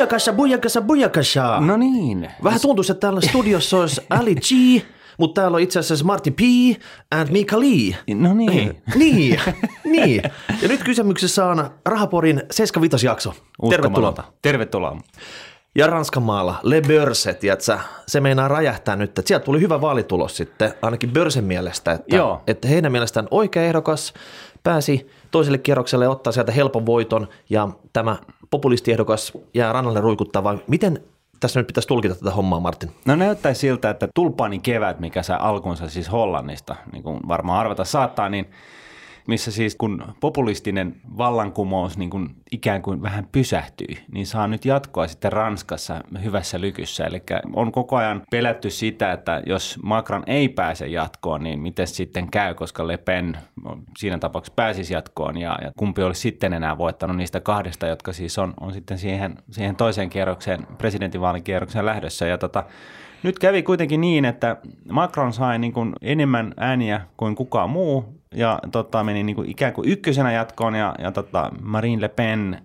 Bujakasha, bujakasha. No niin. Vähän tuntuisi, että täällä studiossa olisi Ali G, mutta täällä on itse asiassa Martin P. and Mika Lee. No niin. niin. Ja nyt kysymyksessä on Rahaporin 75. jakso. Tervetuloa. Tervetuloa. Ja Ranskanmaalla Le Beurse, tiiätsä, se meinaa räjähtää nyt. Että sieltä tuli hyvä vaalitulos sitten, ainakin Beursen mielestä, että heidän mielestään oikea ehdokas pääsi toiselle kierrokselle ja ottaa sieltä helpon voiton ja tämä populistiehdokas jää rannalle ruikuttaa, vai miten tässä nyt pitäisi tulkita tätä hommaa, Martin? No näyttäisi siltä, että tulpaanin kevät, mikä sai alkunsa siis Hollannista, niin kuin varmaan arvata saattaa, niin missä siis kun populistinen vallankumous niin kuin ikään kuin vähän pysähtyi, niin saa nyt jatkoa sitten Ranskassa hyvässä lykyssä. Eli on koko ajan pelätty sitä, että jos Macron ei pääse jatkoon, niin miten sitten käy, koska Le Pen siinä tapauksessa pääsisi jatkoon ja kumpi olisi sitten enää voittanut niistä kahdesta, jotka siis on sitten siihen toiseen kierrokseen, presidentinvaalikierrokseen lähdössä. Ja nyt kävi kuitenkin niin, että Macron sai niin kuin enemmän ääniä kuin kukaan muu ja meni niin kuin ikään kuin ykkösenä jatkoon ja Marine Le Pen,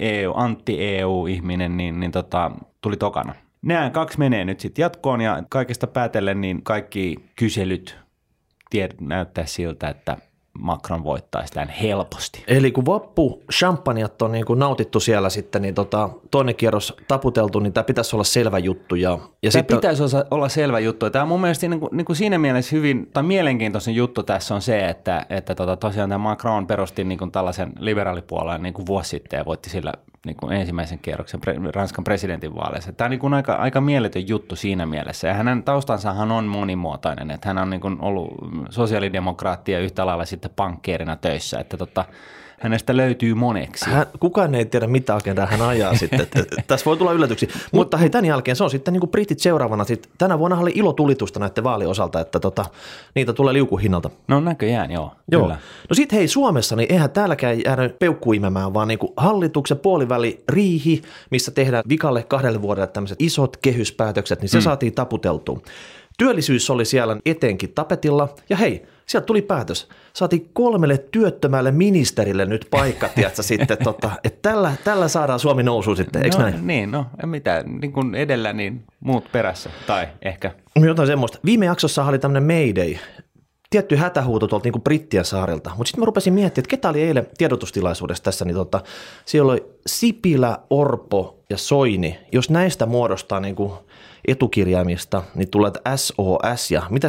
anti-EU-ihminen, niin tuli tokana. Nämä kaksi menee nyt sitten jatkoon ja kaikesta päätellen niin kaikki kyselyt näyttää siltä, että Macron voittaisi tämän helposti. Eli kun vappu champanjat on niin kuin nautittu siellä sitten, niin toinen kierros taputeltu, niin tämä pitäisi olla selvä juttu. Ja tämä sitten pitäisi olla selvä juttu. Tämä on mun mielestä niin kuin siinä mielessä hyvin, tai mielenkiintoisen juttu tässä on se, että tosiaan tämä Macron perusti niin kuin tällaisen liberaalipuolueen niin kuin vuosi sitten ja voitti sillä niin kuin ensimmäisen kierroksen Ranskan presidentinvaaleissa. Tämä on niin kuin aika mieletön juttu siinä mielessä. Ja hänen taustansahan on monimuotoinen, että hän on niin kuin ollut sosiaalidemokraatti ja yhtä lailla sitten pankkeerina töissä, että hänestä löytyy moneksi. Kukaan ei tiedä, mitä agendaa hän ajaa sitten. Tässä voi tulla yllätyksiä. Mutta hei, tämän jälkeen se on sitten niin kuin britit seuraavana. Tänä vuonna oli ilotulitusta näiden vaaliosalta, että niitä tulee liukuhinnalta. No näköjään, joo. Kyllä. No sitten hei, Suomessa, niin eihän täälläkään jäänyt peukkuimemään, vaan niin kuin hallituksen puoliväli riihi, missä tehdään vikalle 2 vuodelle tämmöiset isot kehyspäätökset, niin se saatiin taputeltua. Työllisyys oli siellä etenkin tapetilla ja hei, sieltä tuli päätös. Saatiin 3 työttömälle ministerille nyt paikka, tiedätkö, sitten, että tällä saadaan Suomi nousuun sitten, eikö näin? Niin, mitä, niin kuin edellä, niin muut perässä, tai ehkä. Jotain semmoista. Viime jaksossa oli tämmöinen Mayday, tietty hätähuuto tuolta niin kuin Brittien saarilta, mutta sitten mä rupesin miettimään, että ketä oli eilen tiedotustilaisuudessa tässä, niin siellä oli Sipilä, Orpo ja Soini. Jos näistä muodostaa niin kuin etukirjaimista, niin tulee SOS ja mitä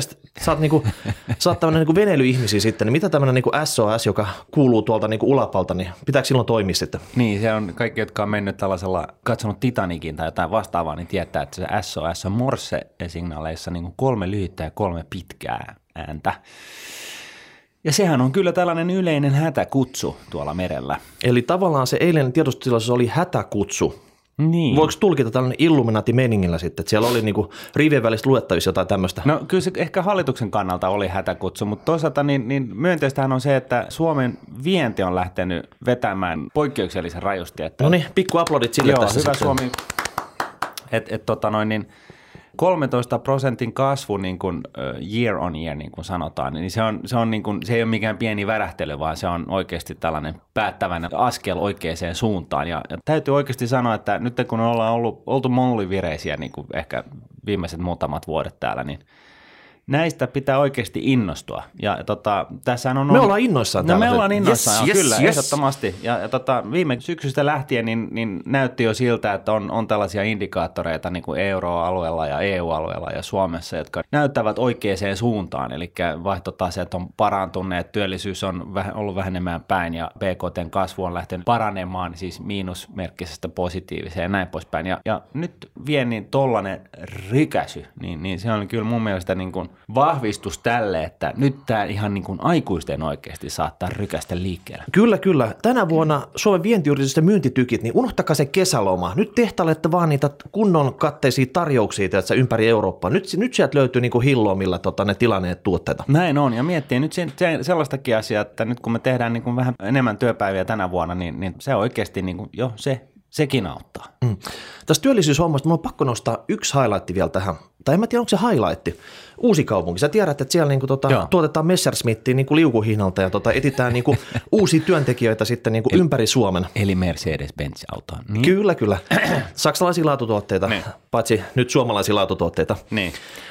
sä oot tämmöinen niin veneilyihmisiä sitten, niin mitä tämmöinen niin SOS, joka kuuluu tuolta niin ulapalta, niin pitääkö silloin toimia sitten? Niin, se on kaikki, jotka on mennyt tällaisella, katsonut Titanikin tai jotain vastaavaa, niin tietää, että se SOS on Morse-signaaleissa niin kuin 3 lyhyttä ja 3 pitkää ääntä. Ja sehän on kyllä tällainen yleinen hätäkutsu tuolla merellä. Eli tavallaan se eilen tiedotustilaisuus oli hätäkutsu. Niin. Voiko tulkita tällainen Illuminati-meningillä sitten, että siellä oli niinku rivien välistä luettavissa jotain tämmöistä? No kyllä se ehkä hallituksen kannalta oli hätäkutsu, mutta toisaalta niin myönteistähän on se, että Suomen vienti on lähtenyt vetämään poikkeuksellisen rajusti. No niin, pikku aplodit sille tässä. Hyvä sitten. Suomi, 13% kasvu niin kuin year on year, niin kuin sanotaan, niin se on niin kuin, se ei ole mikään pieni värähtely, vaan se on oikeasti tällainen päättävän askel oikeaan suuntaan. Ja täytyy oikeasti sanoa, että nyt kun ollaan oltu mollivireisiä niin kuin ehkä viimeiset muutamat vuodet täällä, niin näistä pitää oikeasti innostua. Ja me ollaan innoissaan täällä. Me ollaan innoissaan, kyllä, ehdottomasti. Ja viime syksystä lähtien niin näytti jo siltä, että on tällaisia indikaattoreita niin kuin euroalueella ja EU-alueella ja Suomessa, jotka näyttävät oikeaan suuntaan. Eli vaihtotaseet on parantuneet, työllisyys on ollut vähenemään päin ja BKT:n kasvu on lähtenyt paranemaan, siis miinusmerkkisestä positiiviseen ja näin poispäin. Ja nyt viennin tollainen rykäsy, niin se on kyllä mun mielestä niin kuin vahvistus tälle, että nyt tämä ihan niin kuin aikuisten oikeasti saattaa rykästä liikkeelle. Kyllä. Tänä vuonna Suomen vientiyritysten myyntitykit, niin unohtakaa se kesäloma. Nyt tehtailette vaan niitä kunnon katteisia tarjouksia ympäri Eurooppaa. Nyt sieltä löytyy niin kuin hilloa, millä ne tilanneet tuotteita. Näin on, ja miettii nyt sellaistakin asiaa, että nyt kun me tehdään niin kuin vähän enemmän työpäiviä tänä vuonna, niin se oikeasti niin kuin sekin auttaa. Tästä työllisyyshommasta minulla on pakko nostaa yksi highlight vielä tähän tai en mä tiedä, onko se highlight, Uusikaupunki. Sä tiedät, että siellä niinku tuotetaan Messerschmittiin niinku liukuhihnalta ja etsitään niinku uusia työntekijöitä sitten niinku ympäri Suomen. Eli Mercedes-Benz-autoon. Niin. Kyllä. Saksalaisia laatutuotteita, paitsi nyt suomalaisia laatutuotteita. Niin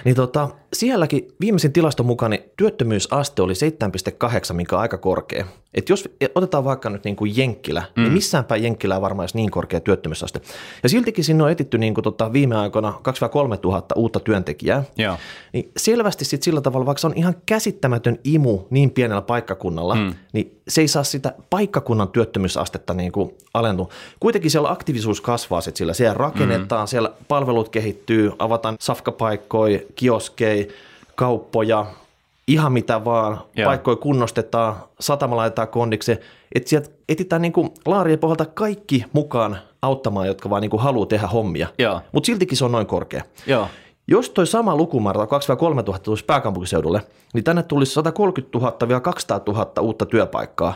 sielläkin viimeisin tilaston mukaan niin työttömyysaste oli 7,8, mikä on aika korkea. Et jos otetaan vaikka nyt niin kuin Jenkkilä, niin missään päin Jenkkilää varmaan olisi niin korkea työttömyysaste. Ja siltikin sinne on etitty niin kuin viime aikoina 2-3 000 uutta työntekijää. Joo. Niin selvästi sitten sillä tavalla, vaikka se on ihan käsittämätön imu niin pienellä paikkakunnalla, niin se ei saa sitä paikkakunnan työttömyysastetta niin kuin alentua. Kuitenkin siellä aktiivisuus kasvaa sitten sillä. Siellä rakennetaan, siellä palvelut kehittyy, avataan safkapaikkoja, kioskeja, kauppoja, ihan mitä vaan, paikkoja kunnostetaan, satama laitetaan kondiksi, että sieltä etsitään niin kuin laarien pohjalta kaikki mukaan auttamaan, jotka vaan niin kuin haluaa tehdä hommia, mutta siltikin se on noin korkea. Joo. Jos toi sama lukumäärä, 2-3 000 tulisi pääkaupunkiseudulle, niin tänne tulisi 130 000-200 000 uutta työpaikkaa.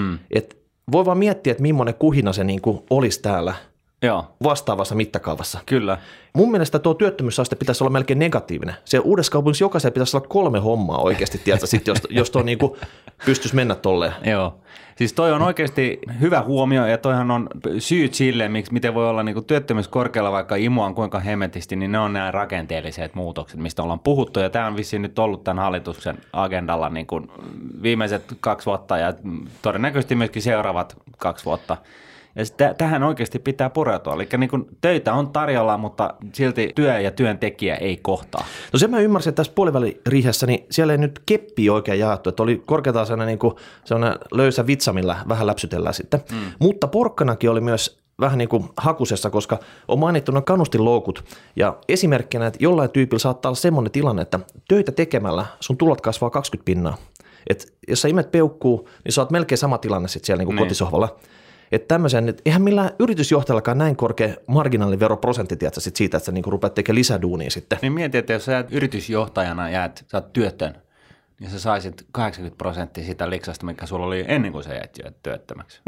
Et voi vaan miettiä, että millainen kuhina se niin kuin olisi täällä vastaavassa mittakaavassa. Kyllä. Mun mielestä tuo työttömyysaste pitäisi olla melkein negatiivinen. Se uudessa kaupungissa jokaisella pitäisi olla 3 hommaa oikeasti, tiedätkö, jos tuo niin kuin pystyisi mennä tolleen. Joo. Siis toi on oikeasti hyvä huomio ja toihan on syyt sille, miten voi olla niinku työttömyys korkealla, vaikka imua on kuinka hemmetisti, niin ne on nämä rakenteelliset muutokset, mistä ollaan puhuttu. Ja tämä on vissiin nyt ollut tämän hallituksen agendalla niinku viimeiset 2 vuotta ja todennäköisesti myöskin seuraavat 2 vuotta. Ja tähän oikeasti pitää pureutua. Eli niin kuin töitä on tarjolla, mutta silti työ ja työntekijä ei kohtaa. No sen mä ymmärsin, että tässä puoliväliriihessä, niin siellä ei nyt keppi oikein jaettu. Että oli korkeintaan sellainen löysä vitsa, millä vähän läpsytellään sitten. Mutta porkkanakin oli myös vähän niin kuin hakusessa, koska on mainittu nuo kannustinloukut. Ja esimerkkinä, että jollain tyypillä saattaa olla semmoinen tilanne, että töitä tekemällä sun tulot kasvaa 20%. Että jos sä imet peukkuu, niin sä oot melkein sama tilanne sitten siellä niin kuin kotisohvalla. Että tämmöisen, että eihän millään yritysjohtajallakaan näin korkea marginaaliveroprosentti tiedätkö, siitä, että sä niinku rupeat tekemään lisäduunia sitten. Niin mieti, että jos sä yritysjohtajana sä oot työtön, niin sä saisit 80% sitä liksasta, mikä sulla oli ennen kuin sä jäät työttömäksi.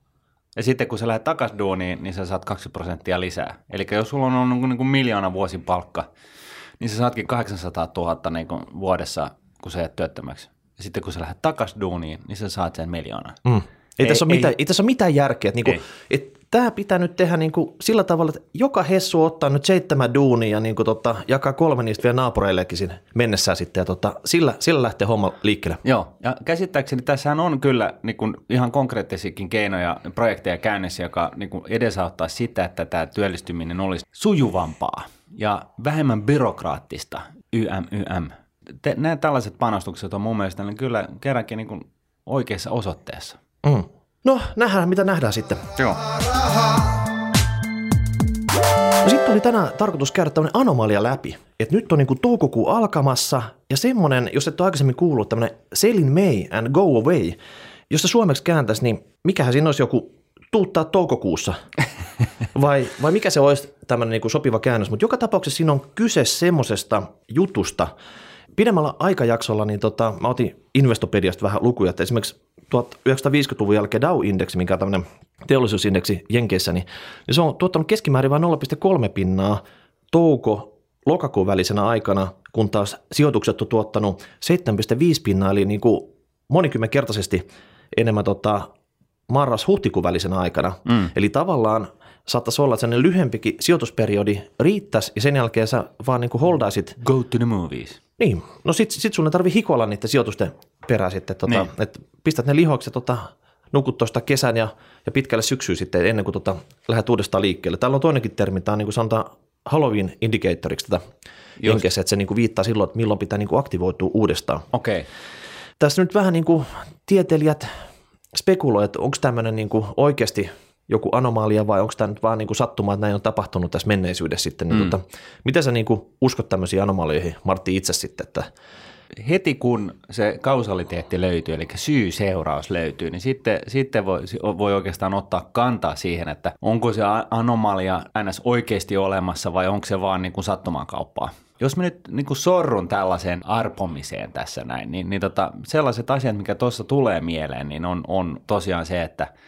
Ja sitten kun sä lähdet takaisin duuniin, niin sä saat 20% lisää. Eli jos sulla on niin kuin 1 000 000 vuosin palkka, niin sä saatkin 800 000 niin kuin vuodessa, kun sä jäät työttömäksi. Ja sitten kun sä lähdet takaisin duuniin, niin sä saat sen 1 000 000. Ei tässä ole mitään järkeä. Tämä pitää nyt tehdä niinku sillä tavalla, että joka hessu ottaa nyt 7 duunia ja niinku jakaa 3 niistä vielä naapureillekin sinne mennessään sitten. Ja sillä lähtee homma liikkeelle. Joo, ja käsittääkseni tässähän on kyllä niinku ihan konkreettisiakin keinoja, projekteja käynnissä, joka niinku edesauttaa sitä, että tämä työllistyminen olisi sujuvampaa ja vähemmän byrokraattista. Nämä tällaiset panostukset on mun mielestä kyllä kerrankin niinku oikeassa osoitteessa. No, nähdään, mitä nähdään sitten. Joo. No sitten oli tänään tarkoitus käydä tämmöinen anomalia läpi. Että nyt on niinku toukokuu alkamassa ja semmoinen, jos et ole aikaisemmin kuullut, tämmöinen Sell in May and Go Away. Jos se suomeksi kääntäisi, niin mikähän siinä olisi joku tuuttaa toukokuussa? Vai mikä se olisi tämmöinen niinku sopiva käännös? Mutta joka tapauksessa siinä on kyse semmoisesta jutusta. Pidemmällä aikajaksolla niin mä otin Investopediasta vähän lukuja, että esimerkiksi 1950-luvun jälkeen Dow-indeksi, mikä on tämmöinen teollisuusindeksi Jenkeissä, niin se on tuottanut keskimäärin vain 0,3% touko-lokakuun välisenä aikana, kun taas sijoitukset on tuottanut 7,5%, eli niin kuin monikymmenkertaisesti enemmän marras-huhtikuun välisenä aikana. Eli tavallaan saattaisi olla, että sellainen lyhyempikin sijoitusperiodi riittäisi, ja sen jälkeen sä vaan niin kuin holdaisit. Go to the movies. Niin, no sit sun ei tarvitse hikoilla niiden sijoitusten perään sitten, että pistät ne lihokset, nukut tuosta kesän ja pitkälle syksyyn sitten ennen kuin lähdet uudestaan liikkeelle. Täällä on toinenkin termi, tämä on niin kuin sanotaan Halloween indicatoriksi tätä jenkeissä, että se niin kuin viittaa silloin, että milloin pitää niin kuin aktivoitua uudestaan. Okei. Tässä nyt vähän niin kuin tieteilijät spekuloivat, että onko tämmöinen niin kuin oikeasti joku anomalia vai onko tämä nyt vaan niin kuin sattumaa, että näin on tapahtunut tässä menneisyydessä sitten. Niin miten sä niin kuin uskot tämmöisiin anomalioihin, Martti, itse sitten? Että heti kun se kausaliteetti löytyy, eli syy-seuraus löytyy, niin sitten voi oikeastaan ottaa kantaa siihen, että onko se anomalia ns. Oikeasti olemassa vai onko se vaan niin kuin sattumankauppaa. Jos mä nyt niin kuin sorrun tällaiseen arpomiseen tässä näin, niin sellaiset asiat, mikä tuossa tulee mieleen, niin on tosiaan se, että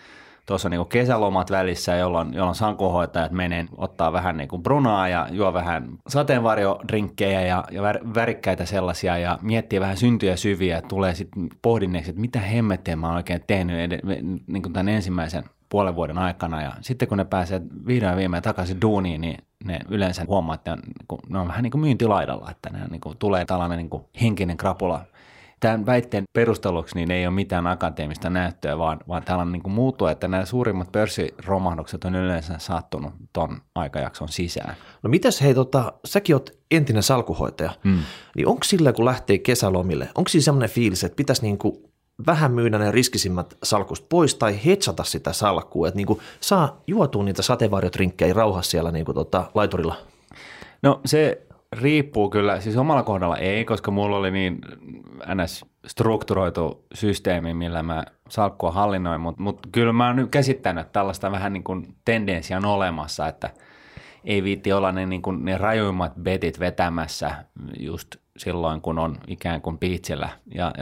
tuossa niin kuin kesälomat välissä, jolloin salkunhoitajat menee, ottaa vähän niin kuin brunaa ja juo vähän sateenvarjodrinkkejä ja värikkäitä sellaisia ja miettii vähän syntyjä syviä, tulee sitten pohdinneeksi, että mitä hemmettiä mä oon oikein tehnyt niin kuin tämän ensimmäisen puolen vuoden aikana ja sitten kun ne pääsee vihdoin viimein takaisin duuniin, niin ne yleensä huomaa, että ne on vähän niin kuin myyntilaidalla, että ne niin kuin tulee tällainen niin kuin henkinen krapula. Tämän väitteen perusteluksi niin ei ole mitään akateemista näyttöä, vaan tällainen niin kuin muuttuu, että nämä suurimmat pörssiromahdukset on yleensä sattunut ton aikajakson sisään. No mitäs hei, säkin oot entinen salkuhoitaja, niin onko sillä kun lähtee kesälomille, onko siinä semmoinen fiilis, että pitäisi niin kuin vähän myydä ne riskisimmät salkusta pois tai hetsata sitä salkkua, että niin kuin saa juotua niitä sateenvarjodrinkkejä rauhassa siellä niin kuin laiturilla? No se riippuu kyllä, siis omalla kohdalla ei, koska mulla oli niin ns. Strukturoitu systeemi, millä mä salkkua hallinnoin, mutta kyllä mä oon nyt käsittänyt, että tällaista vähän niin kuin tendenssiä on olemassa, että ei viitti olla ne rajuimmat betit vetämässä just silloin, kun on ikään kuin piitsillä. Ja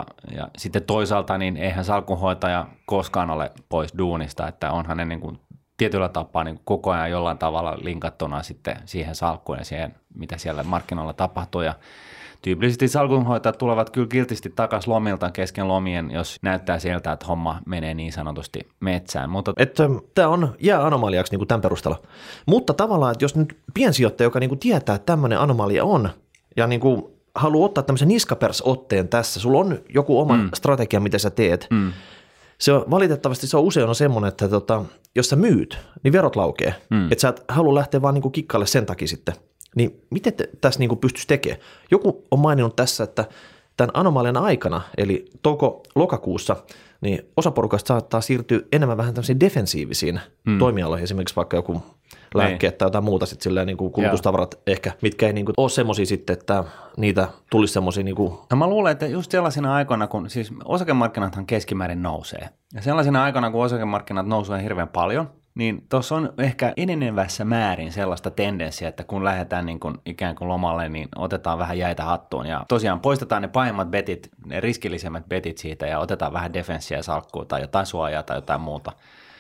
sitten toisaalta niin eihän salkunhoitaja koskaan ole pois duunista, että onhan ne niin kuin tietyllä tapaa niin koko ajan jollain tavalla linkattuna sitten siihen salkkuun ja siihen, mitä siellä markkinoilla tapahtuu. Ja tyypillisesti salkunhoitajat tulevat kyllä kiltisti takaisin lomilta kesken lomien, jos näyttää sieltä, että homma menee niin sanotusti metsään. Tämä jää anomaliaksi niin kuin tämän perusteella. Mutta tavallaan, että jos nyt piensijoittaja, joka niin kuin tietää, että tämmöinen anomalia on ja niin kuin haluaa ottaa tämmöisen niskapärs-otteen tässä, sulla on joku oma strategia, mitä sä teet, valitettavasti se on usein semmoinen, että jos sä myyt, niin verot laukee. Että sä et halua lähteä vaan niinku kikkaille sen takia sitten. Niin miten tässä niinku pystyisi tekemään? Joku on maininnut tässä, että tämän anomalian aikana, eli lokakuussa, niin osa porukasta saattaa siirtyä enemmän vähän tämmöisiin defensiivisiin toimialoihin, esimerkiksi vaikka joku lääkkeet tai jotain muuta sitten silleen niin kuin kulutustavarat ehkä, mitkä ei niin kuin ole semmoisia sitten, että niitä tulisi semmoisia niin kuin. No mä luulen, että just sellaisina aikoina, kun siis osakemarkkinathan keskimäärin nousee ja sellaisina aikoina, kun osakemarkkinat nousee hirveän paljon, niin tuossa on ehkä enenevässä määrin sellaista tendenssiä, että kun lähdetään niin kuin ikään kuin lomalle, niin otetaan vähän jäitä hattuun ja tosiaan poistetaan ne pahimmat betit, ne riskillisemmät betit siitä ja otetaan vähän defenssiä salkkuun tai jotain suojaa tai jotain muuta.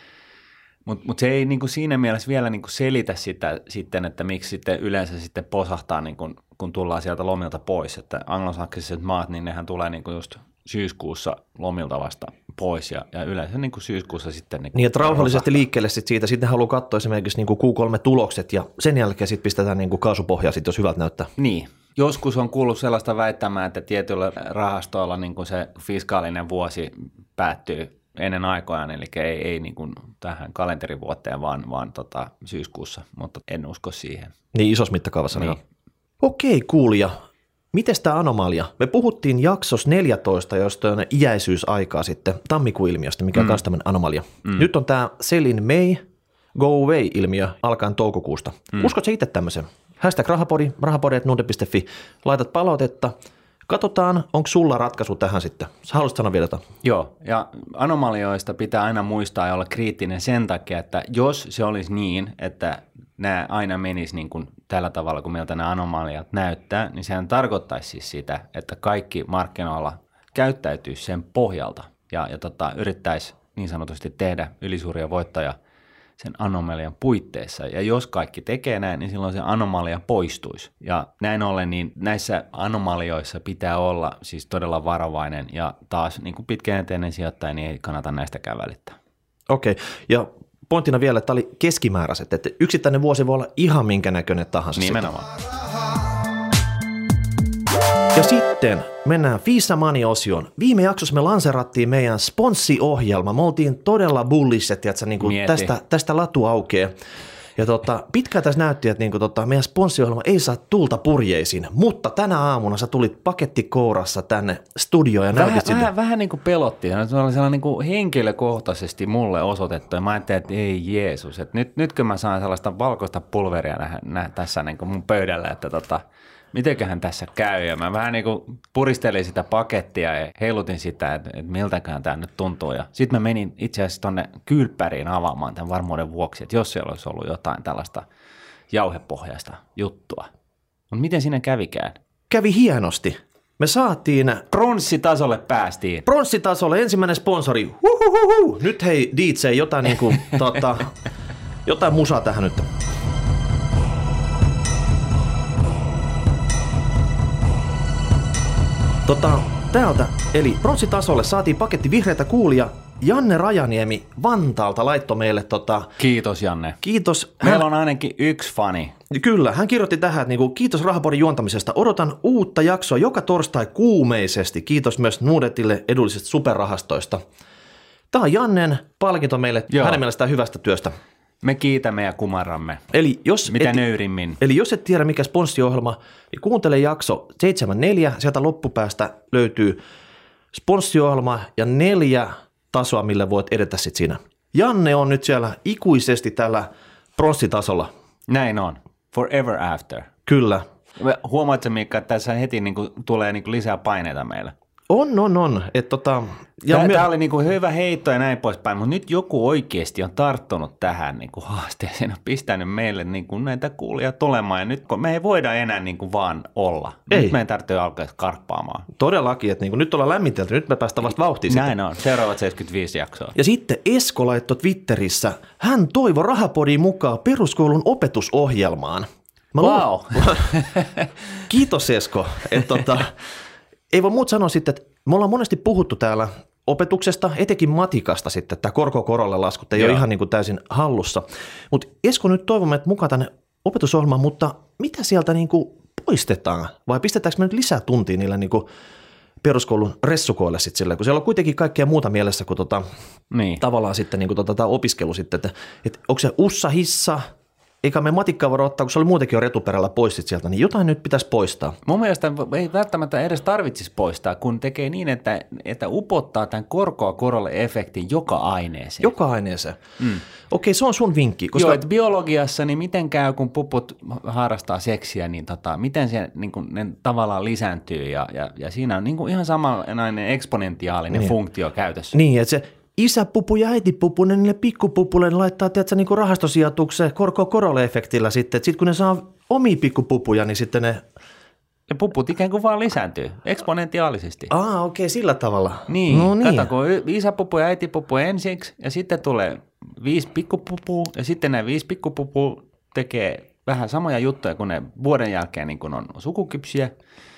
Mutta se ei niinku siinä mielessä vielä niinku selitä sitä sitten, että miksi sitten yleensä sitten posahtaa, niinku, kun tullaan sieltä lomilta pois. Että anglosaksiset maat, niin nehän tulee niinku just syyskuussa lomilta vasta pois ja yleensä niinku syyskuussa sitten. Niin, että rauhallisesti liikkeelle siitä. Sitten haluaa katsoa esimerkiksi niinku Q3-tulokset ja sen jälkeen sitten pistetään niinku kaasupohjaa, sit, jos hyvältä näyttää. Niin. Joskus on kuullut sellaista väittämää, että tietyillä rahastoilla niinku se fiskaalinen vuosi päättyy ennen aikojaan, eli ei niin kuin tähän kalenterivuoteen, vaan syyskuussa, mutta en usko siihen. Niin isossa mittakaavassa. Niin. Okei, kuulija. Mites tämä anomalia? Me puhuttiin jaksossa 14, josta on iäisyysaikaa sitten, tammikuun-ilmiöstä, mikä on myös tämmöinen anomalia. Nyt on tämä sell in May, go away-ilmiö alkaen toukokuusta. Uskotko sä itse tämmöisen? #rahapodi@nunde.fi. Laitat palautetta. Katsotaan, onko sulla ratkaisu tähän sitten. Sä haluaisit sanoa vielä jotain? Joo, ja anomalioista pitää aina muistaa ja olla kriittinen sen takia, että jos se olisi niin, että nämä aina menisi niin kuin tällä tavalla, kun miltä nämä anomaliat näyttää, niin sehän tarkoittaisi siis sitä, että kaikki markkinoilla käyttäytyisi sen pohjalta ja yrittäisi niin sanotusti tehdä ylisuuria voittoja sen anomalian puitteissa. Ja jos kaikki tekee näin, niin silloin se anomalia poistuisi. Ja näin ollen, niin näissä anomalioissa pitää olla siis todella varovainen. Ja taas niin kuin pitkäjänteinen sijoittaja, niin ei kannata näistäkään välittää. Okei. Ja pointtina vielä, että tämä oli keskimääräiset. Että yksittäinen vuosi voi olla ihan minkä näköinen tahansa. Nimenomaan. Ja sitten mennään Visa Money-osioon. Viime jaksossa me lanserattiin meidän sponssiohjelma. Me oltiin todella bullish, että niin kuin tästä latu aukeaa. Ja pitkään tässä näytti, että niin kuin meidän sponssiohjelma ei saa tulta purjeisiin, mutta tänä aamuna sä tulit pakettikourassa tänne studioon ja näytit sitä. Vähän niin kuin pelotti. Se oli sellainen niin kuin henkilökohtaisesti mulle osoitettu ja mä ajattelin, että ei Jeesus, että nytkö mä saan sellaista valkoista pulveria tässä niin kuin mun pöydällä, että mitenköhän tässä käy, ja mä vähän niin kuin puristelin sitä pakettia ja heilutin sitä, että miltäköhän tämä nyt tuntuu, ja sitten mä menin itse asiassa tonne kylppäriin avaamaan tämän varmuuden vuoksi, että jos siellä olisi ollut jotain tällaista jauhepohjaista juttua. Mutta miten siinä kävikään? Kävi hienosti. Me saatiin Pronssitasolle päästiin. pronssitasolle ensimmäinen sponsori. Nyt hei DJ, jotain, niinku, jotain musaa tähän nyt. Täältä, eli pronssitasolle saatiin paketti vihreitä kuulia. Janne Rajaniemi Vantaalta laittoi meille Kiitos Janne. Kiitos. Meillä on ainakin yksi fani. Kyllä, hän kirjoitti tähän, että kiitos Rahapodin juontamisesta. Odotan uutta jaksoa joka torstai kuumeisesti. Kiitos myös Nordetille edullisista superrahastoista. Tämä on Jannen palkinto meille hänen mielestään hyvästä työstä. Me kiitämme ja kumaramme. Eli mitä nöyrimmin. Eli jos et tiedä mikä sponssiohjelma, niin kuuntele jakso 74. Sieltä loppupäästä löytyy sponssiohjelma ja 4 tasoa, millä voit edetä sit siinä. Janne on nyt siellä ikuisesti tällä pronssitasolla. Näin on. Forever after. Kyllä. Huomaatko Miikka, että tässä heti tulee lisää paineita meille? On. Tämä oli hyvä heitto ja näin poispäin, mutta nyt joku oikeasti on tarttunut tähän haasteeseen ja pistänyt meille näitä kuulia tulemaan. Ja nyt kun me ei voida enää vaan olla. Ei. Nyt meidän tarvitsee alkaa karppaamaan. Todellakin, että nyt ollaan lämmitelty, nyt me päästään vasta vauhtiin. Näin on, seuraavat 75 jaksoa. Ja sitten Esko laittoi Twitterissä, hän toivoi Rahapodin mukaan peruskoulun opetusohjelmaan. Wow. Kiitos Esko. Ei voi muuta sanoa sitten, että me ollaan monesti puhuttu täällä opetuksesta, etenkin matikasta sitten, tämä korko-korolle laskut ei ole ihan täysin hallussa. Mutta Esko nyt toivomme, että mukaan tänne opetusohjelmaan, mutta mitä sieltä poistetaan? Vai pistetäänkö me nyt lisää tuntia niillä peruskoulun ressukoille sitten sillä, kun siellä on kuitenkin kaikkea muuta mielessä kuin tavallaan sitten tämä opiskelu sitten, että onko se ussa hissa, eikä me matikkaa voida ottaa, kun se oli muutenkin jo retuperällä pois sieltä, niin jotain nyt pitäisi poistaa. Mun mielestä ei välttämättä edes tarvitsisi poistaa, kun tekee niin, että upottaa tämän korkoa korolle efektin joka aineeseen. Joka aineeseen. Okei, se on sun vinkki. Koska... Joo, että biologiassa, niin miten käy, kun puput harrastaa seksiä, niin miten se ne tavallaan lisääntyy, ja siinä on ihan samanlainen eksponentiaalinen funktio käytössä. Niin, että se isäpupu ja äitipupu, ne niille pikkupupulle laittaa rahastosijoitukseen korko-korolle-efektillä sitten. Sitten kun ne saa omia pikkupupuja, niin sitten ne... Ja puput ikään kuin vaan lisääntyy eksponentiaalisesti. Okei, sillä tavalla. Niin, kato, kun isäpupu ja äitipupu ensiksi, ja sitten tulee 5 pikkupupua, ja sitten nämä 5 pikkupupua tekee vähän samoja juttuja, kun ne vuoden jälkeen niin kun on sukukypsiä.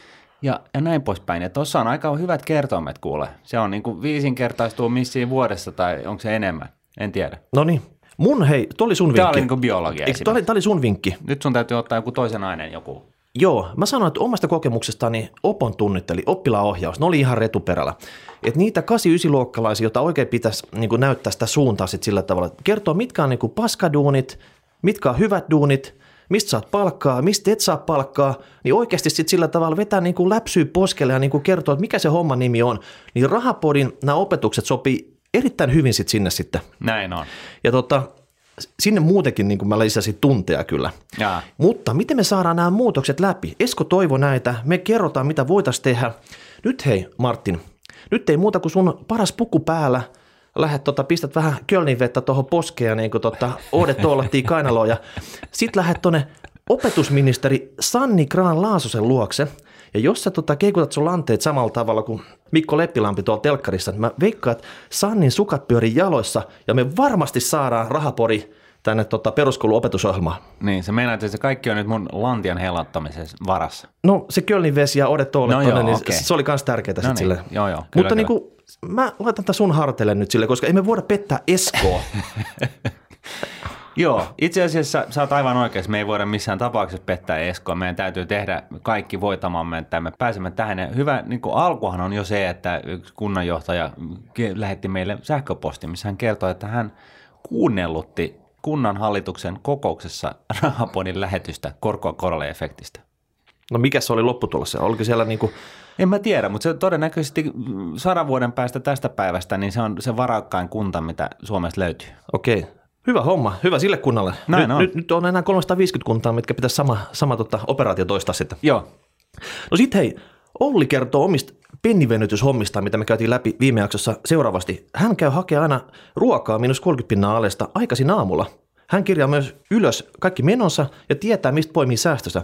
Ja näin poispäin. Ja tuossa on aika hyvät kertoimet, kuule. Se on 5-kertaistuu missiin vuodessa, tai onko se enemmän? En tiedä. No niin. Tuo oli sun vinkki. Tämä oli biologia. Tämä oli sun vinkki. Nyt sun täytyy ottaa joku toisen aineen joku. Joo, mä sanoin, että omasta kokemuksestani opon tunnit, eli oppilaanohjaus, ne oli ihan retuperällä. Että niitä 8-9-luokkalaisia, joita oikein pitäisi näyttää sitä suuntaa sit sillä tavalla, että kertoo mitkä on paskaduunit, mitkä on hyvät duunit, mistä saat palkkaa, mistä et saa palkkaa, niin oikeasti sitten sillä tavalla vetää läpsyä poskelle ja kertoo, että mikä se homman nimi on. Niin Rahapodin nämä opetukset sopii erittäin hyvin sitten sinne sitten. Näin on. Ja sinne muutenkin mä lisäsin tunteja kyllä. Jaa. Mutta miten me saadaan nämä muutokset läpi? Esko toivoi näitä, me kerrotaan mitä voitaisiin tehdä. Nyt hei Martin, nyt ei muuta kuin sun paras puku päällä. Lähdet pistät vähän Kölnin vettä tuohon poskeen ja oudet tollattiin kainaloon ja sit lähdet tuonne opetusministeri Sanni Grahn-Laasosen luokse ja jos sä keikutat sun lanteet samalla tavalla kuin Mikko Leppilampi tuolla telkkarissa, niin mä veikkaan, että Sannin sukat pyörii jaloissa ja me varmasti saadaan Rahapodi tänne peruskoulun opetusohjelmaan. Niin, se meinaa, että se kaikki on nyt mun lantian helattamisen varassa. No se Kölnin vesi ja oudet tollat niin okay. Se oli kans tärkeää sitten silleen. Joo, mutta mä laitan tämän sun harteille nyt sille, koska ei me voida pettää Eskoa. Joo, itse asiassa sä oot aivan oikeassa. Me ei voida missään tapauksessa pettää Eskoa. Meidän täytyy tehdä kaikki voitamamme, että me pääsemme tähän. Ja hyvä alkuhan on jo se, että yksi kunnanjohtaja lähetti meille sähköposti, missä hän kertoi, että hän kuunnellutti kunnan hallituksen kokouksessa Rahapodin lähetystä korkoa korolle efektistä. No mikä se oli lopputulossa? Oliko siellä En mä tiedä, mutta se todennäköisesti 100 vuoden päästä tästä päivästä, niin se on se varakkain kunta, mitä Suomesta löytyy. Okei. Hyvä homma. Hyvä sille kunnalle. Nyt on enää 350 kuntaa, mitkä pitäisi sama operaatio toistaa sitten. Joo. No sit hei, Olli kertoo omista pennivenytyshommistaan, mitä me käytiin läpi viime jaksossa seuraavasti. Hän käy hakemaan aina ruokaa -30 alesta aikaisin aamulla. Hän kirjaa myös ylös kaikki menonsa ja tietää, mistä poimii säästönsä.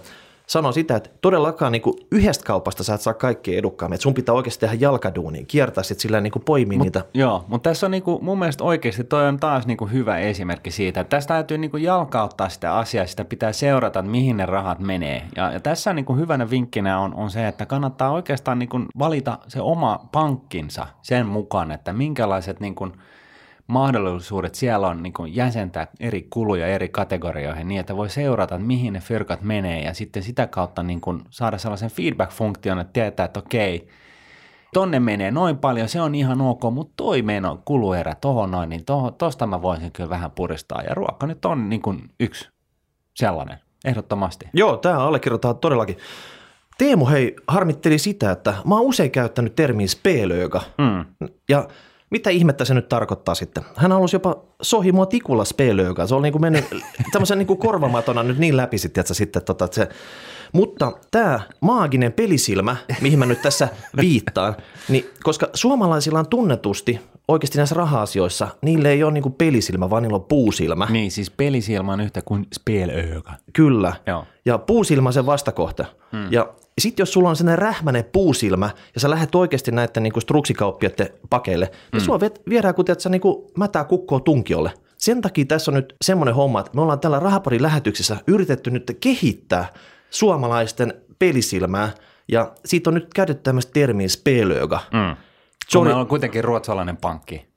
sanon sitä, että todellakaan niin kuin yhdestä kaupasta sä et saa kaikkea edukkaammin. Että sun pitää oikeasti tehdä jalkaduunia, kiertää sitten sillä niin kuin poimia niitä. Joo, mutta tässä on niin kuin, mun mielestä oikeasti toi on taas niin kuin hyvä esimerkki siitä, että tästä täytyy niin kuin jalkauttaa sitä asiaa, sitä pitää seurata, että mihin ne rahat menee. Ja tässä niin kuin hyvänä vinkkinä on se, että kannattaa oikeastaan niin kuin valita se oma pankkinsa sen mukaan, että minkälaiset niin kuin mahdollisuudet siellä on niin kuin jäsentää eri kuluja eri kategorioihin niin, että voi seurata, että mihin ne fyrkat menee ja sitten sitä kautta niin kuin saada sellaisen feedback-funktion, että tietää, että okei, tonne menee noin paljon, se on ihan ok, mutta toi meno kuluerä tohon noin, niin tosta mä voisin kyllä vähän puristaa ja ruoka nyt on niin kuin yksi sellainen, ehdottomasti. Joo, tämä allekirjoittaa todellakin. Teemu hei harmitteli sitä, että mä oon usein käyttänyt termiä spelöga ja mitä ihmettä se nyt tarkoittaa sitten? Hän halusi jopa sohi mua tikulla spelöga. Se oli niin kuin mennyt tämmöisen niin kuin korvamatona nyt niin läpi sitten, että se. Mutta tämä maaginen pelisilmä, mihin mä nyt tässä viittaan, niin koska suomalaisilla on tunnetusti oikeasti näissä raha-asioissa, niille ei ole niin kuin pelisilmä, vaan niillä on puusilmä. Niin, siis pelisilmä on yhtä kuin spelöga. Kyllä. Joo. Ja puusilmä on sen vastakohta. Ja sitten jos sulla on sellainen rähmäinen puusilmä ja sä lähdet oikeasti näiden niin kuin struksikauppiaiden pakeille, niin sua viedään kun niin kuin mätää kukkoa tunkiolle. Sen takia tässä on nyt semmoinen homma, että me ollaan tällä Rahaporin lähetyksessä yritetty nyt kehittää suomalaisten pelisilmää ja siitä on nyt käytetty tämmöistä termiä spelöga. Meillä on kuitenkin ruotsalainen pankki.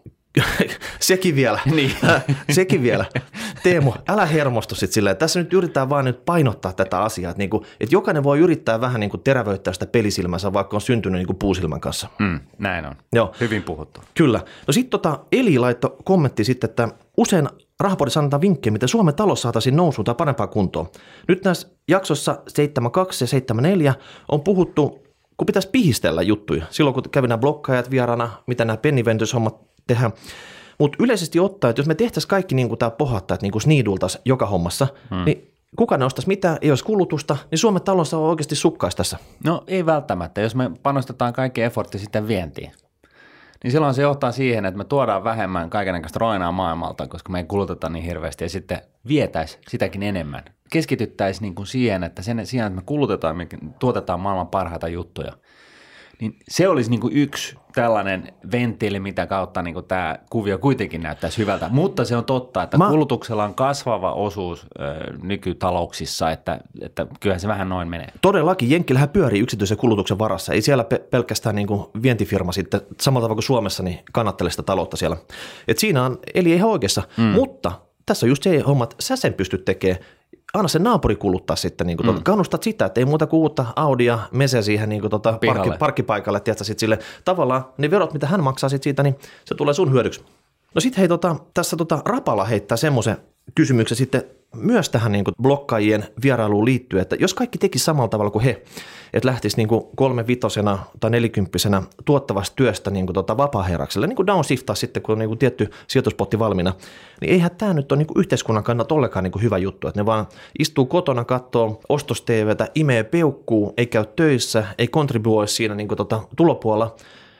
Sekin vielä. Niin. Sekin vielä. Teemu, älä hermostu sitten silleen. Tässä nyt yritetään vaan nyt painottaa tätä asiaa, että, että jokainen voi yrittää vähän niin kuin terävöittää sitä pelisilmänsä, vaikka on syntynyt niin kuin puusilmän kanssa. Näin on. Joo. Hyvin puhuttu. Kyllä. No sitten Eli laittoi kommentti sitten, että usein Rahapodissa annetaan vinkkejä, miten Suomen talous saataisiin nousuun tai parempaan kuntoon. Nyt näissä jaksossa 72 ja 74 on puhuttu, kun pitäisi pihistellä juttuja. Silloin kun kävi nämä blokkaajat vieraana, mitä nämä penniventyshommat tehdään. Mutta yleisesti ottaen, että jos me tehtäisiin kaikki niin kuin tämä pohottaa, että niin kuin sniidultaisiin joka hommassa, niin kuka ne ostaisi mitään, ei olisi kulutusta, niin Suomen talous on oikeasti sukkaisi tässä. No ei välttämättä. Jos me panostetaan kaikki effortti sitten vientiin, niin silloin se johtaa siihen, että me tuodaan vähemmän kaikennäköistä roinaa maailmalta, koska me ei kuluteta niin hirveästi ja sitten vietäisiin sitäkin enemmän. Keskityttäisiin niin kuin siihen, että sen sijaan, että me kulutetaan, me tuotetaan maailman parhaita juttuja. Niin se olisi niin kuin yksi tällainen venttiili, mitä kautta niin kuin tämä kuvio kuitenkin näyttäisi hyvältä. Mutta se on totta, että kulutuksella on kasvava osuus nykytalouksissa, että kyllähän se vähän noin menee. Todellakin, Jenkkilähän pyörii yksityisen kulutuksen varassa. Ei siellä pelkästään niin kuin vientifirma sitten, samalla tavalla kuin Suomessa, niin kannattele sitä taloutta siellä. Et siinä on, eli ihan oikeassa, mutta tässä on just se homma, että sä sen pystyt tekemään. Anna se naapuri kuluttaa sitten, niin kuin kannustat sitä, että ei muuta kuin uutta Audia, Mese siihen niin kuin parkkipaikalle, tiedätkö, sitten sille tavallaan ne verot, mitä hän maksaa sit siitä, niin se tulee sun hyödyksi. No sitten hei, tässä Rapala heittää semmoisen kysymyksen sitten myös tähän niin kuin blokkaajien vierailuun liittyen, että jos kaikki tekisi samalla tavalla kuin he, että lähtisi niin kuin 35 tai 40 tuottavasta työstä niin kuin vapaa-herrakselle, niin kuin downshiftaa sitten, kun on niin kuin tietty sijoituspotti valmiina, niin eihän tämä nyt ole niin kuin yhteiskunnan kannalta ollenkaan niin kuin hyvä juttu, että ne vaan istuu kotona, katsoo ostos-TVtä, imee peukkuu, ei käy töissä, ei kontribuoi siinä niin kuin tulopuolella.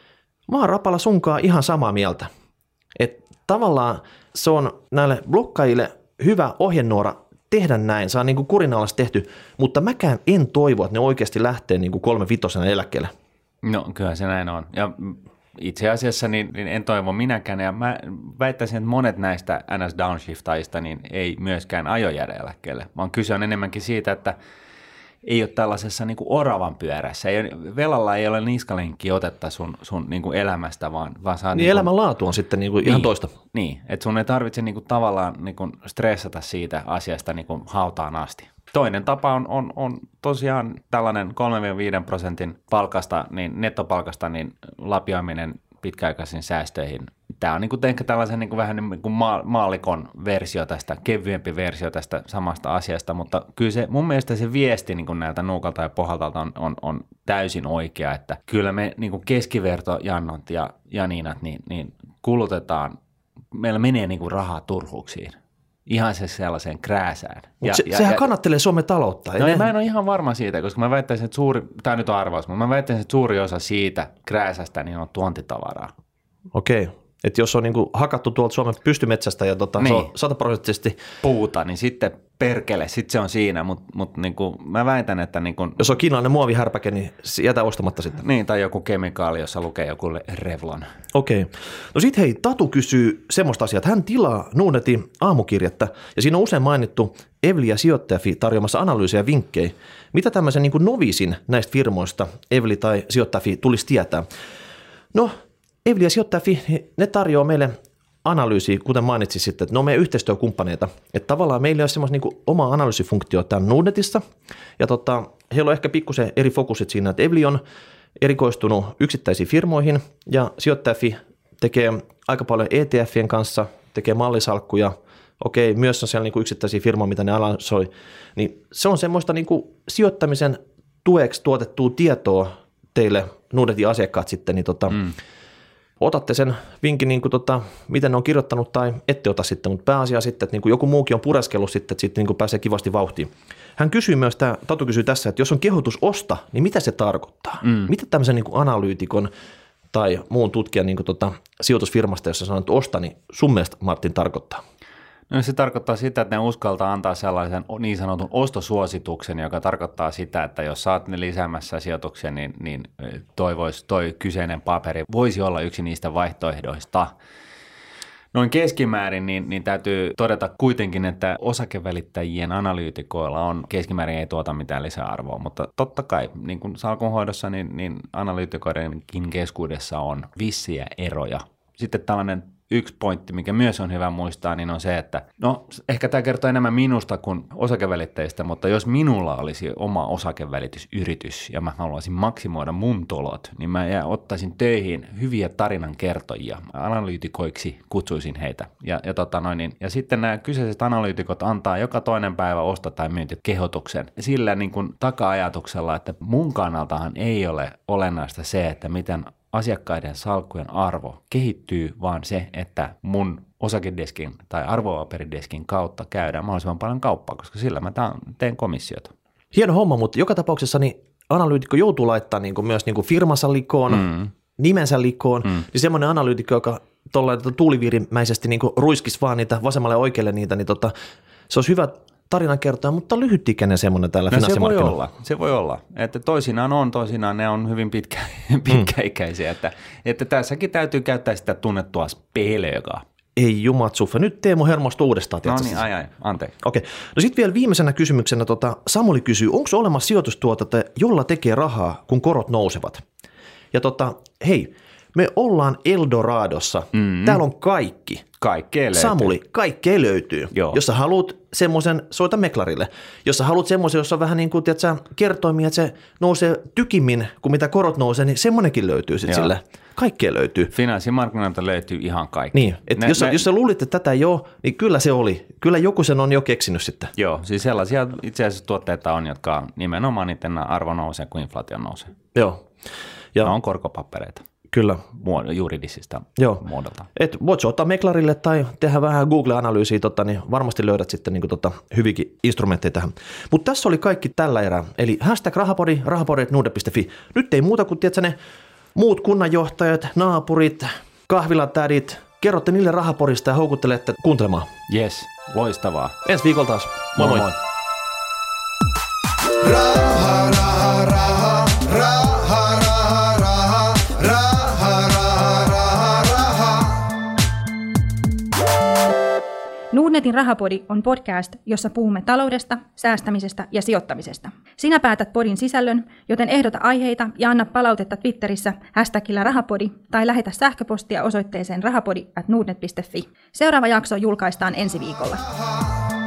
Mä oon Rapala sunkaan ihan samaa mieltä, että tavallaan se on näille blokkaajille hyvä ohjenuora tehdä näin, se on niin kuin kurinalaisesti tehty, mutta mäkään en toivo, että ne oikeasti lähtee niin kuin 35 eläkkeelle. No kyllä se näin on. Ja itse asiassa niin en toivo minäkään, ja mä väittäisin, että monet näistä NS-downshiftajista niin ei myöskään aio jäädä eläkkeelle, vaan kyse on enemmänkin siitä, että ei ole tällaisessa niin kuin oravan pyörässä. Velalla ei ole niskalenkkiä otetta sun niin kuin elämästä, vaan saa... Niin elämänlaatu on sitten niin kuin ihan toista. Niin, että sun ei tarvitse niin kuin tavallaan niin kuin stressata siitä asiasta niin kuin hautaan asti. Toinen tapa on tosiaan tällainen 3-5% palkasta, niin nettopalkasta niin lapioiminen pitkäaikaisiin säästöihin. Tämä on niin kuin ehkä tällaisen niin kuin vähän niin kuin maallikon versio tästä, kevyempi versio tästä samasta asiasta, mutta kyllä se mun mielestä se viesti niin kuin näiltä nuukalta ja pohjalta on täysin oikea, että kyllä me niin kuin keskivertojannot ja Janinat niin kulutetaan, meillä menee niin kuin rahaa turhuuksiin. Ihan se sellaiseen krääsään. Sehän kannattelee Suomen taloutta. No mä en ole ihan varma siitä, koska mä väittäisin, että tämä nyt on arvaus, mutta mä väittäisin, että suuri osa siitä krääsästä niin on tuontitavaraa. Okei. Että jos on niin kuin hakattu tuolta Suomen pystymetsästä ja se on 100% puuta, niin sitten perkele, sitten se on siinä, mutta niin kuin mä väitän, että niin kuin, jos on kiinalainen muovihärpäke, niin jätä ostamatta sitten. Niin, tai joku kemikaali, jossa lukee joku Revlon. Okei. No sit hei, Tatu kysyy semmoista asiaa, että hän tilaa Nordnetin aamukirjettä ja siinä on usein mainittu Evli ja Sijoittaja.fi tarjoamassa analyysejä ja vinkkejä. Mitä tämmöisen niin kuin novisin näistä firmoista Evli tai Sijoittaja.fi tulisi tietää? No, Evli ja Sijoittaja.fi, ne tarjoaa meille analyysiä, kuten mainitsin sitten, että ne on meidän yhteistyökumppaneita. Että tavallaan meillä on semmoista niin omaa analyysifunktioa täällä Nordnetissa. Ja heillä on ehkä pikkusen eri fokusit siinä, että Evli on erikoistunut yksittäisiin firmoihin ja Sijoittaja.fi tekee aika paljon ETFien kanssa, tekee mallisalkkuja. Okei, myös on siellä niin kuin yksittäisiä firmoja, mitä ne analysoi. Niin se on semmoista niin kuin sijoittamisen tueksi tuotettua tietoa teille Nordnetin asiakkaat sitten, niin otatte sen vinkin, niin kuin miten ne on kirjoittanut tai ette ota sitten, mutta pääasia sitten, että niin kuin joku muukin on pureskellut sitten, että sitten niin kuin pääsee kivasti vauhtiin. Hän kysyy myös, Tatu kysyy tässä, että jos on kehotus osta, niin mitä se tarkoittaa? Mitä tämmöisen niin kuin analyytikon tai muun tutkijan niin kuin sijoitusfirmasta, jossa sanoo, että osta, niin sun mielestä Martin tarkoittaa? No se tarkoittaa sitä, että ne uskaltaa antaa sellaisen niin sanotun ostosuosituksen, joka tarkoittaa sitä, että jos saat ne lisäämässä sijoituksia, niin toi kyseinen paperi voisi olla yksi niistä vaihtoehdoista. Noin keskimäärin niin täytyy todeta kuitenkin, että osakevälittäjien analyytikoilla on keskimäärin ei tuota mitään lisäarvoa, mutta totta kai niin kuin salkunhoidossa, niin analyytikoidenkin keskuudessa on vissiä eroja. Sitten tällainen yksi pointti, mikä myös on hyvä muistaa, niin on se, että no ehkä tämä kertoo enemmän minusta kuin osakevälittäjistä, mutta jos minulla olisi oma osakevälitysyritys ja mä haluaisin maksimoida mun tulot, niin mä ottaisin töihin hyviä tarinankertojia, analyytikoiksi kutsuisin heitä. Ja sitten nämä kyseiset analyytikot antaa joka toinen päivä osta- tai myyntikehotuksen sillä niin kuin taka-ajatuksella, että mun kannaltahan ei ole olennaista se, että miten asiakkaiden salkkujen arvo kehittyy, vaan se, että mun osakedeskin tai arvopaperideskin kautta käydään mahdollisimman paljon kauppaa, koska sillä mä teen komissiota. Hieno homma, mutta joka tapauksessa niin analyytikko joutuu laittamaan niin kuin myös niin kuin firmansa likoon, nimensä likoon, niin semmoinen analyytikko, joka tuuliviirimäisesti niin kuin ruiskisi vaan niitä vasemmalle ja oikealle niitä, niin se olisi hyvä tarinan kertoa, mutta lyhytikäinen semmoinen täällä finanssimarkkinoilla. Se voi olla. Että toisinaan ne on hyvin pitkäikäisiä. Että tässäkin täytyy käyttää sitä tunnettua spelögaa. Ei jumatsuffa. Nyt Teemu hermostuu uudestaan. No niin, anteeksi. Okei. No sitten vielä viimeisenä kysymyksenä Samuli kysyy, onko olemassa sijoitustuotetta, jolla tekee rahaa, kun korot nousevat? Ja hei, me ollaan Eldoradossa. Täällä on kaikki. Kaikkea löytyy. Samuli, kaikkea löytyy. Joo. Jos sä haluat semmoisen, soita meklarille. Jos sä haluat semmoisen, jossa on vähän niin kuin, tiedätkö, kertoimia, että se nousee tykimmin kuin mitä korot nousee, niin semmoinenkin löytyy sitten sille. Kaikkea löytyy. Finanssimarkkinoilta löytyy ihan kaikki. Niin, että jos sä luulit, että tätä ei ole, niin kyllä se oli. Kyllä joku sen on jo keksinyt sitten. Joo, siis sellaisia itse asiassa tuotteita on, jotka nimenomaan niiden arvo nousee, kun inflaatio nousee. Joo. Ja ne on korkopapereita. Kyllä. Juridisista muodolta. Et voit ottaa meklarille tai tehdä vähän Google-analyysiä, niin varmasti löydät sitten niin kuin, hyvinkin instrumentteja tähän. Mutta tässä oli kaikki tällä erää. Eli #rahapodi, rahapodi@nordnet.fi. Nyt ei muuta kuin tiedätkö, ne muut kunnanjohtajat, naapurit, kahvilatädit. Kerrotte niille Rahapodista ja houkuttelette kuuntelemaan. Yes, loistavaa. Ensi viikolla taas. Moi moi. Raha, raha, raha, raha, raha, raha. Nordnetin Rahapodi on podcast, jossa puhumme taloudesta, säästämisestä ja sijoittamisesta. Sinä päätät podin sisällön, joten ehdota aiheita ja anna palautetta Twitterissä #rahapodi tai lähetä sähköpostia osoitteeseen rahapodi@nordnet.fi. Seuraava jakso julkaistaan ensi viikolla.